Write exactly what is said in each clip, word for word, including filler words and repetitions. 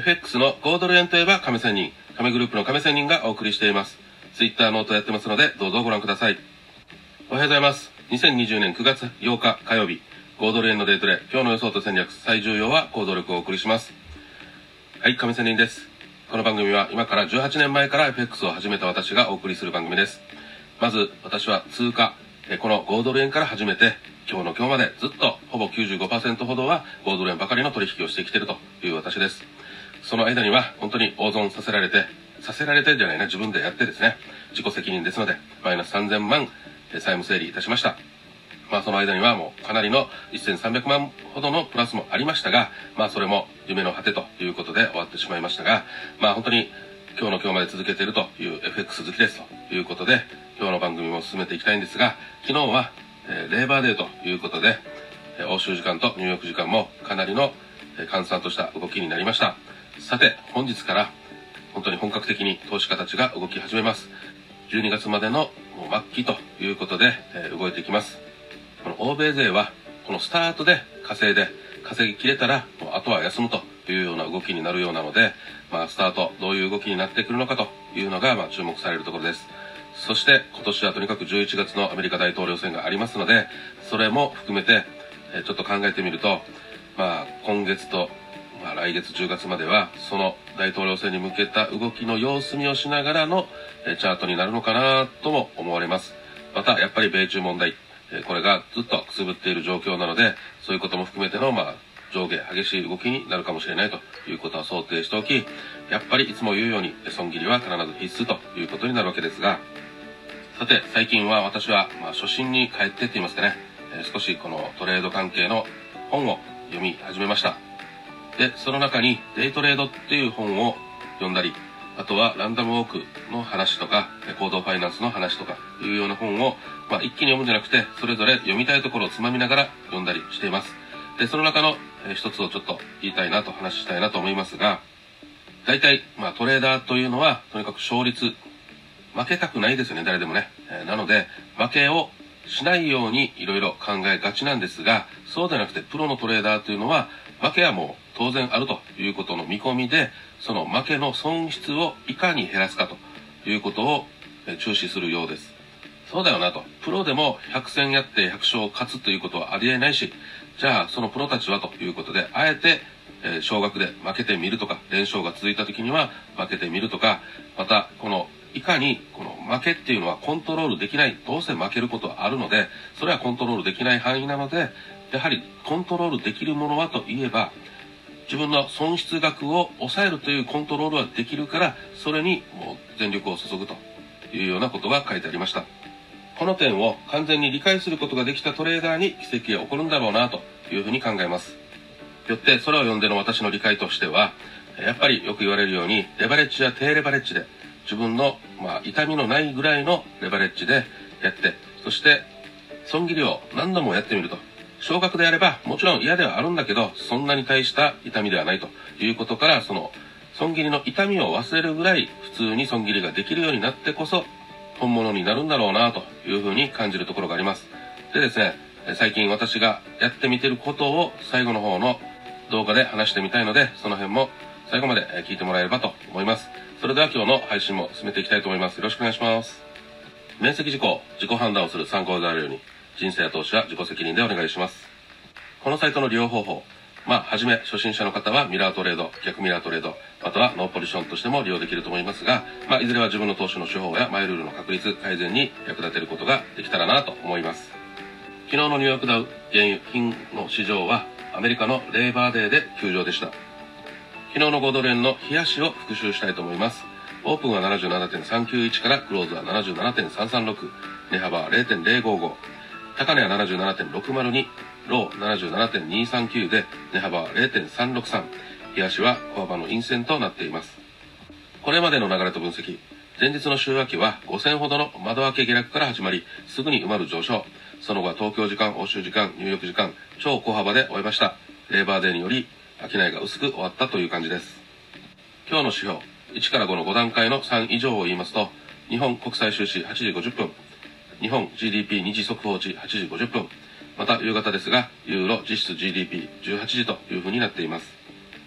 フエックス のごドル円といえば亀仙人、亀グループの亀仙人がお送りしています。Twitter ノートやってますので、どうぞご覧ください。おはようございます。にせんにじゅうねんくがつようか火曜日、ごドル円のデイトレ、今日の予想と戦略、最重要は行動力をお送りします。はい、亀仙人です。この番組は今からじゅうはちねんまえから エフエックス を始めた私がお送りする番組です。まず、私は通貨、このごドル円から始めて、今日の今日までずっとほぼ きゅうじゅうごパーセント ほどはごドル円ばかりの取引をしてきているという私です。その間には本当に大損させられて、させられてじゃないな、自分でやってですね、自己責任ですので、マイナスさんぜんまん債務整理いたしました。まあその間にはもうかなりのせんさんびゃくまんほどのプラスもありましたが、まあそれも夢の果てということで終わってしまいましたが、まあ本当に今日の今日まで続けているという エフエックス 好きですということで、今日の番組も進めていきたいんですが、昨日は、えー、レーバーデーということで、欧州時間とニューヨーク時間もかなりの閑散とした動きになりました。さて、本日から本当に本格的に投資家たちが動き始めます。じゅうにがつまでのもう末期ということで、えー、動いていきます。この欧米勢はこのスタートで稼いで稼ぎ切れたらもうあとは休むというような動きになるようなので、まあスタートどういう動きになってくるのかというのがまあ注目されるところです。そして今年はとにかくじゅういちがつのアメリカ大統領選がありますので、それも含めてちょっと考えてみると、まあ今月と、まあ、来月じゅうがつまではその大統領選に向けた動きの様子見をしながらのチャートになるのかなとも思われます。またやっぱり米中問題、これがずっとくすぶっている状況なので、そういうことも含めてのまあ上下激しい動きになるかもしれないということは想定しておき、やっぱりいつも言うように損切りは必ず必須ということになるわけですが、さて最近は私はまあ初心に帰ってって言いますかね、少しこのトレード関係の本を読み始めました。で、その中にデイトレードっていう本を読んだり、あとはランダムウォークの話とか行動ファイナンスの話とかいうような本を、まあ、一気に読むんじゃなくて、それぞれ読みたいところをつまみながら読んだりしています。で、その中の一つをちょっと言いたいなと話したいなと思いますが、大体、まあ、トレーダーというのはとにかく勝率、負けたくないですよね、誰でもね。えー、なので負けをしないようにいろいろ考えがちなんですが、そうではなくてプロのトレーダーというのは負けはもう当然あるということの見込みで、その負けの損失をいかに減らすかということを注視するようです。そうだよなと。プロでもひゃく戦やってひゃく勝勝つということはありえないし、じゃあそのプロたちはということで、あえてえー、少額で負けてみるとか、連勝が続いた時には負けてみるとか、またこのいかにこの負けっていうのはコントロールできない、どうせ負けることはあるので、それはコントロールできない範囲なので、やはりコントロールできるものはといえば、自分の損失額を抑えるというコントロールはできるから、それにもう全力を注ぐというようなことが書いてありました。この点を完全に理解することができたトレーダーに奇跡が起こるんだろうなというふうに考えます。よってそれを読んでの私の理解としては、やっぱりよく言われるようにレバレッジや低レバレッジで自分のまあ痛みのないぐらいのレバレッジでやって、そして損切りを何度もやってみると。少額でやればもちろん嫌ではあるんだけど、そんなに大した痛みではないということから、その損切りの痛みを忘れるぐらい普通に損切りができるようになってこそ本物になるんだろうなというふうに感じるところがあります。でですね、最近私がやってみてることを最後の方の動画で話してみたいので、その辺も最後まで聞いてもらえればと思います。それでは今日の配信も進めていきたいと思います。よろしくお願いします。面積事項、自己判断をする参考材料に、人生や投資は自己責任でお願いします。このサイトの利用方法、まあ、はじめ初心者の方はミラートレード、逆ミラートレード、またはノーポジションとしても利用できると思いますが、まあ、いずれは自分の投資の手法やマイルールの確立、改善に役立てることができたらなと思います。昨日のニューヨークダウ原油金の市場はアメリカのレーバーデーで休場でした。昨日のごドル円の冷やしを復習したいと思います。オープンは ななじゅうななてんさんきゅういち からクローズは ななじゅうななてんさんさんろく、値幅は れいてんぜろごご、高値は ななじゅうななてんろくまるに、ロー ななじゅうななてんにさんきゅう で値幅は れいてんさんろくさん、冷やしは小幅の陰線となっています。これまでの流れと分析、前日の週明けはごせんほどの窓開け下落から始まり、すぐに埋まる上昇、その後は東京時間、欧州時間、ニューヨーク時間、超小幅で終えました。レーバーデーにより商いが薄く終わったという感じです。今日の指標、いちからごのご段階のさん以上を言いますと、日本国際収支はちじごじゅっぷん、日本 ジーディーピー 二次速報値はちじごじゅっぷん、また夕方ですが、ユーロ実質 ジーディーピーじゅうはち 時という風になっています。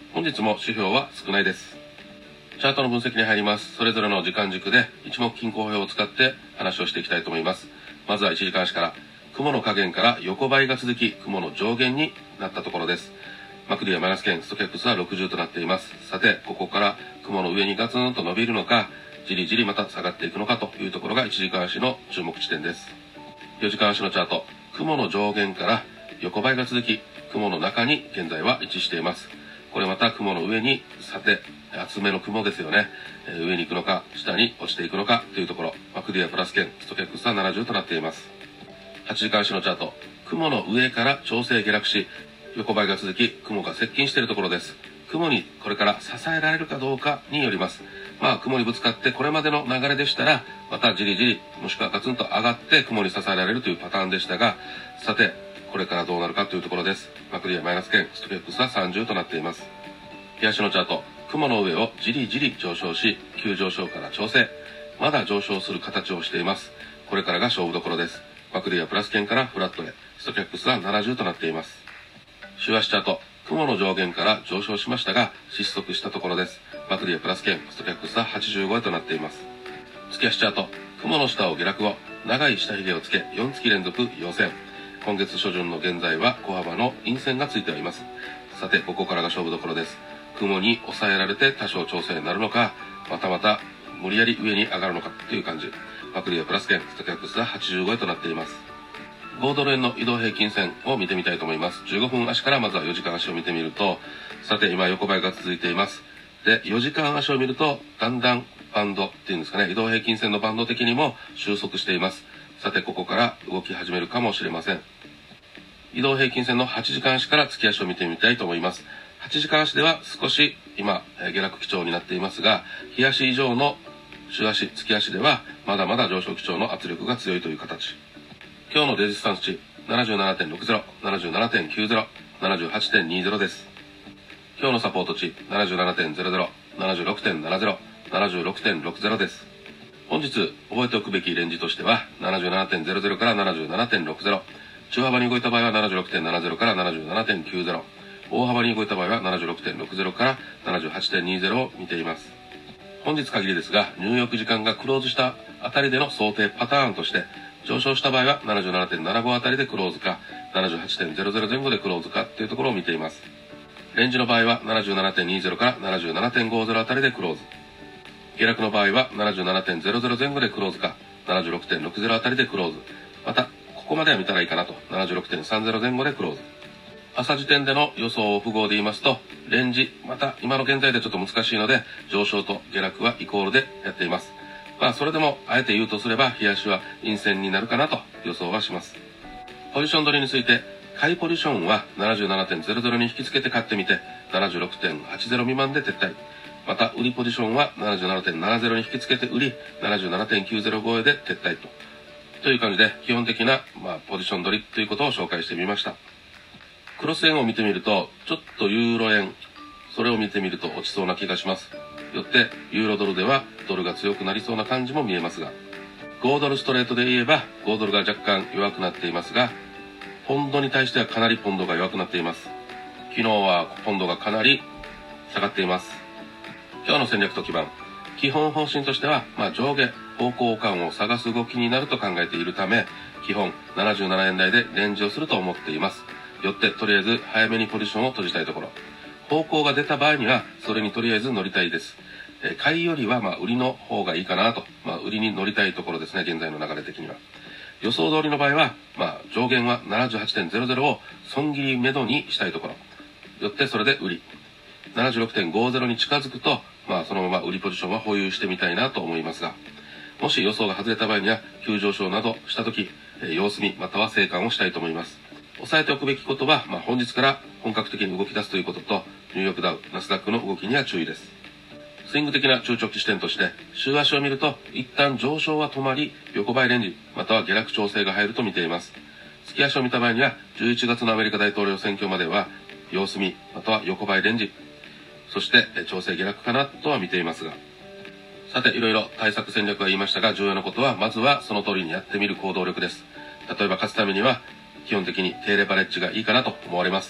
本日も指標は少ないです。チャートの分析に入ります。それぞれの時間軸で一目均衡表を使って話をしていきたいと思います。まずはいちじかん足から、雲の下限から横ばいが続き、雲の上限になったところです。マクディはマイナス圏、ストキャックスはろくじゅうとなっています。さて、ここから雲の上にガツンと伸びるのか、じりじりまた下がっていくのかというところがいちじかん足の注目地点です。よじかん足のチャート、雲の上限から横ばいが続き、雲の中に現在は位置しています。これまた雲の上に、さて、厚めの雲ですよね。えー、上に行くのか、下に落ちていくのかというところ、マクディはプラス圏、ストキャックスはななじゅうとなっています。はちじかん足のチャート、雲の上から調整下落し、横ばいが続き、雲が接近しているところです。雲にこれから支えられるかどうかによります。まあ、雲にぶつかってこれまでの流れでしたら、またじりじり、もしくはガツンと上がって雲に支えられるというパターンでしたが、さて、これからどうなるかというところです。マクディはマイナス圏、ストキャックスはさんじゅうとなっています。日足のチャート、雲の上をじりじり上昇し、急上昇から調整。まだ上昇する形をしています。これからが勝負どころです。マクディはプラス圏からフラットへ、ストキャックスはななじゅうとなっています。週足チャート、雲の上限から上昇しましたが、失速したところです。マクディはプラス圏、ストキャックスははちじゅうごへとなっています。月足チャート、雲の下を下落後、長い下髭をつけ、よん月連続陽線。今月初旬の現在は小幅の陰線がついてはいます。さて、ここからが勝負どころです。雲に抑えられて多少調整になるのか、またまた無理やり上に上がるのかという感じ。マクディはプラス圏、ストキャックスははちじゅうごへとなっています。ごドル円の移動平均線を見てみたいと思います。じゅうごふん足からまずはよじかん足を見てみると、さて今横ばいが続いています。で、よじかん足を見ると、だんだんバンドっていうんですかね、移動平均線のバンド的にも収束しています。さてここから動き始めるかもしれません。移動平均線のはちじかん足から月足を見てみたいと思います。はちじかん足では少し今、下落基調になっていますが、日足以上の週足、月足ではまだまだ上昇基調の圧力が強いという形。今日のレジスタンス値 ななじゅうななてんろくゼロ、ななじゅうななてんきゅうゼロ、ななじゅうはちてんにゼロ です。今日のサポート値 ななじゅうななてんゼロゼロ、ななじゅうろくてんななゼロ、ななじゅうろくてんろくゼロ です。本日覚えておくべきレンジとしては ななじゅうななてんゼロゼロ から ななじゅうななてんろくゼロ、中幅に動いた場合は ななじゅうろくてんななゼロ から ななじゅうななてんきゅうゼロ、大幅に動いた場合は ななじゅうろくてんろくゼロ から ななじゅうはちてんにゼロ を見ています。本日限りですが、ニューヨーク時間がクローズしたあたりでの想定パターンとして、上昇した場合は ななじゅうななてんななご あたりでクローズか、ななじゅうはちてんゼロゼロ 前後でクローズかというところを見ています。レンジの場合は ななじゅうななてんにゼロ から ななじゅうななてんごゼロ あたりでクローズ。下落の場合は ななじゅうななてんゼロゼロ 前後でクローズか、ななじゅうろくてんろくゼロ あたりでクローズ。また、ここまでは見たらいいかなと、ななじゅうろくてんさんゼロ 前後でクローズ。朝時点での予想を符号で言いますと、レンジ、また今の現在でちょっと難しいので、上昇と下落はイコールでやっています。まあそれでも、あえて言うとすれば、日足は陰線になるかなと予想はします。ポジション取りについて、買いポジションは ななじゅうななてんゼロゼロ に引き付けて買ってみて、ななじゅうろくてんはちゼロ 未満で撤退。また、売りポジションは ななじゅうななてんななゼロ に引き付けて売り、ななじゅうななてんきゅうゼロ 超えで撤退と。という感じで、基本的な、まあ、ポジション取りということを紹介してみました。クロス円を見てみると、ちょっとユーロ円、それを見てみると落ちそうな気がします。よって、ユーロドルではドルが強くなりそうな感じも見えますが、ごドルストレートで言えば、ごドルが若干弱くなっていますが、ポンドに対してはかなりポンドが弱くなっています。昨日はポンドがかなり下がっています。今日の戦略と基盤、基本方針としては、まあ、上下方向感を探す動きになると考えているため、基本ななじゅうななえん台でレンジをすると思っています。よってとりあえず早めにポジションを閉じたいところ。方向が出た場合にはそれにとりあえず乗りたいです。えー、買いよりはまあ売りの方がいいかなと、まあ、売りに乗りたいところですね、現在の流れ的には。予想通りの場合は、まあ、上限は ななじゅうはちてんゼロゼロ を損切り目処にしたいところ。よってそれで売り。ななじゅうろくてんごゼロ に近づくと、まあそのまま売りポジションは保有してみたいなと思いますが、もし予想が外れた場合には急上昇などしたとき、えー、様子見または静観をしたいと思います。押さえておくべきことは、まあ、本日から本格的に動き出すということと、ニューヨークダウ、ナスダックの動きには注意です。スイング的な中長期視点として、週足を見ると、一旦上昇は止まり、横ばいレンジ、または下落調整が入ると見ています。月足を見た場合には、じゅういちがつのアメリカ大統領選挙までは、様子見、または横ばいレンジ、そして調整下落かなとは見ていますが。さて、いろいろ対策戦略は言いましたが、重要なことは、まずはその通りにやってみる行動力です。例えば勝つためには、基本的に低レバレッジがいいかなと思われます。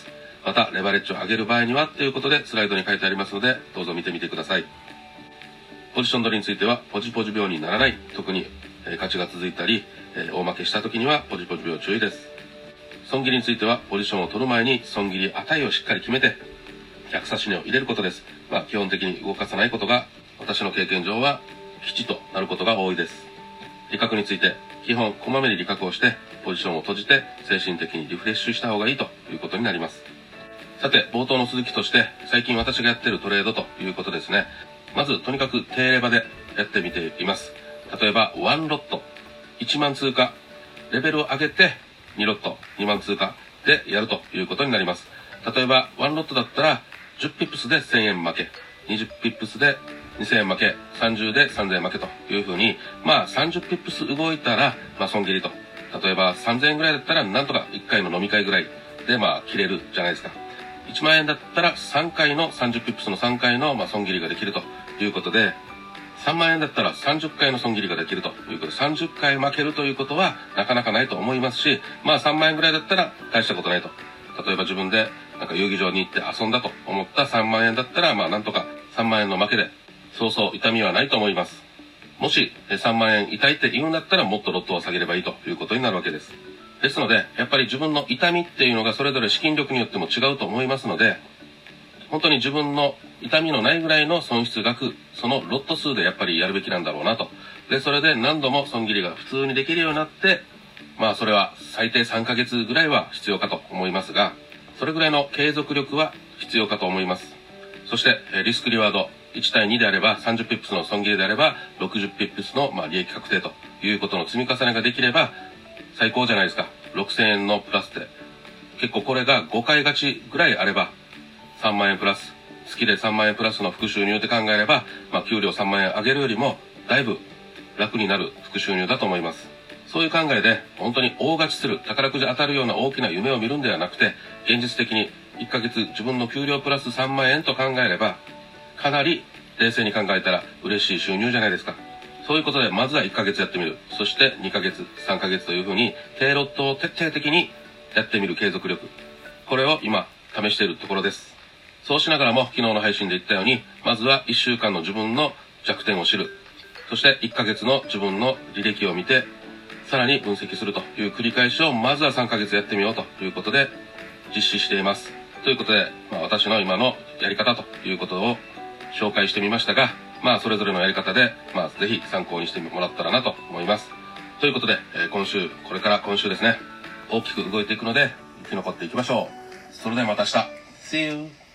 また、レバレッジを上げる場合にはということで、スライドに書いてありますので、どうぞ見てみてください。ポジション取りについては、ポジポジ病にならない。特に、えー、勝ちが続いたり、えー、大負けした時には、ポジポジ病注意です。損切りについては、ポジションを取る前に、損切り値をしっかり決めて、逆差し値を入れることです。まあ、基本的に動かさないことが、私の経験上は、吉となることが多いです。利確について、基本、こまめに利確をして、ポジションを閉じて、精神的にリフレッシュした方がいいということになります。さて、冒頭の続きとして、最近私がやっているトレードということですね。まず、とにかく低レバでやってみています。例えば、ワンロット、いちまん通貨、レベルを上げて、にロット、にまん通貨でやるということになります。例えば、ワンロットだったら、じゅうピップスでせんえん負け、にじゅうピップスでにせんえん負け、さんじゅうでさんぜんえん負けというふうに、まあ、さんじゅうピップス動いたら、まあ、損切りと。例えば、さんぜんえんぐらいだったら、なんとかいっかいの飲み会ぐらいで、まあ、切れるじゃないですか。いちまん円だったらさんかいのさんじゅうピップスのさんかいのまあ損切りができるということで、さんまん円だったらさんじゅっかいの損切りができるということで、さんじゅっかい負けるということはなかなかないと思いますし、まあさんまん円ぐらいだったら大したことないと。例えば自分でなんか遊技場に行って遊んだと思ったさんまん円だったら、まあなんとかさんまん円の負けで、そうそう痛みはないと思います。もしさんまん円痛いって言うんだったら、もっとロットを下げればいいということになるわけです。ですので、やっぱり自分の痛みっていうのがそれぞれ資金力によっても違うと思いますので、本当に自分の痛みのないぐらいの損失額、そのロット数でやっぱりやるべきなんだろうなと。で、それで何度も損切りが普通にできるようになって、まあそれは最低さんかげつぐらいは必要かと思いますが、それぐらいの継続力は必要かと思います。そして、リスクリワードいち対にであれば、さんじゅうピップスの損切りであれば、ろくじゅうピップスのまあ利益確定ということの積み重ねができれば、最高じゃないですか。ろくせんえんのプラスって。結構これがごかい勝ちぐらいあれば、さんまん円プラス、月でさんまん円プラスの副収入って考えれば、まあ給料さんまん円上げるよりも、だいぶ楽になる副収入だと思います。そういう考えで、本当に大勝ちする、宝くじ当たるような大きな夢を見るんではなくて、現実的にいっかげつ自分の給料プラスさんまん円と考えれば、かなり冷静に考えたら嬉しい収入じゃないですか。そういうことで、まずはいっかげつやってみる。そしてにかげつ、さんかげつというふうに、低ロットを徹底的にやってみる継続力。これを今、試しているところです。そうしながらも、昨日の配信で言ったように、まずはいっしゅうかんの自分の弱点を知る。そしていっかげつの自分の履歴を見て、さらに分析するという繰り返しを、まずはさんかげつやってみようということで、実施しています。ということで、まあ、私の今のやり方ということを紹介してみましたが、まあ、それぞれのやり方で、まあ、ぜひ参考にしてもらったらなと思います。ということで、えー、今週、これから今週ですね、大きく動いていくので、生き残っていきましょう。それではまた明日。See you!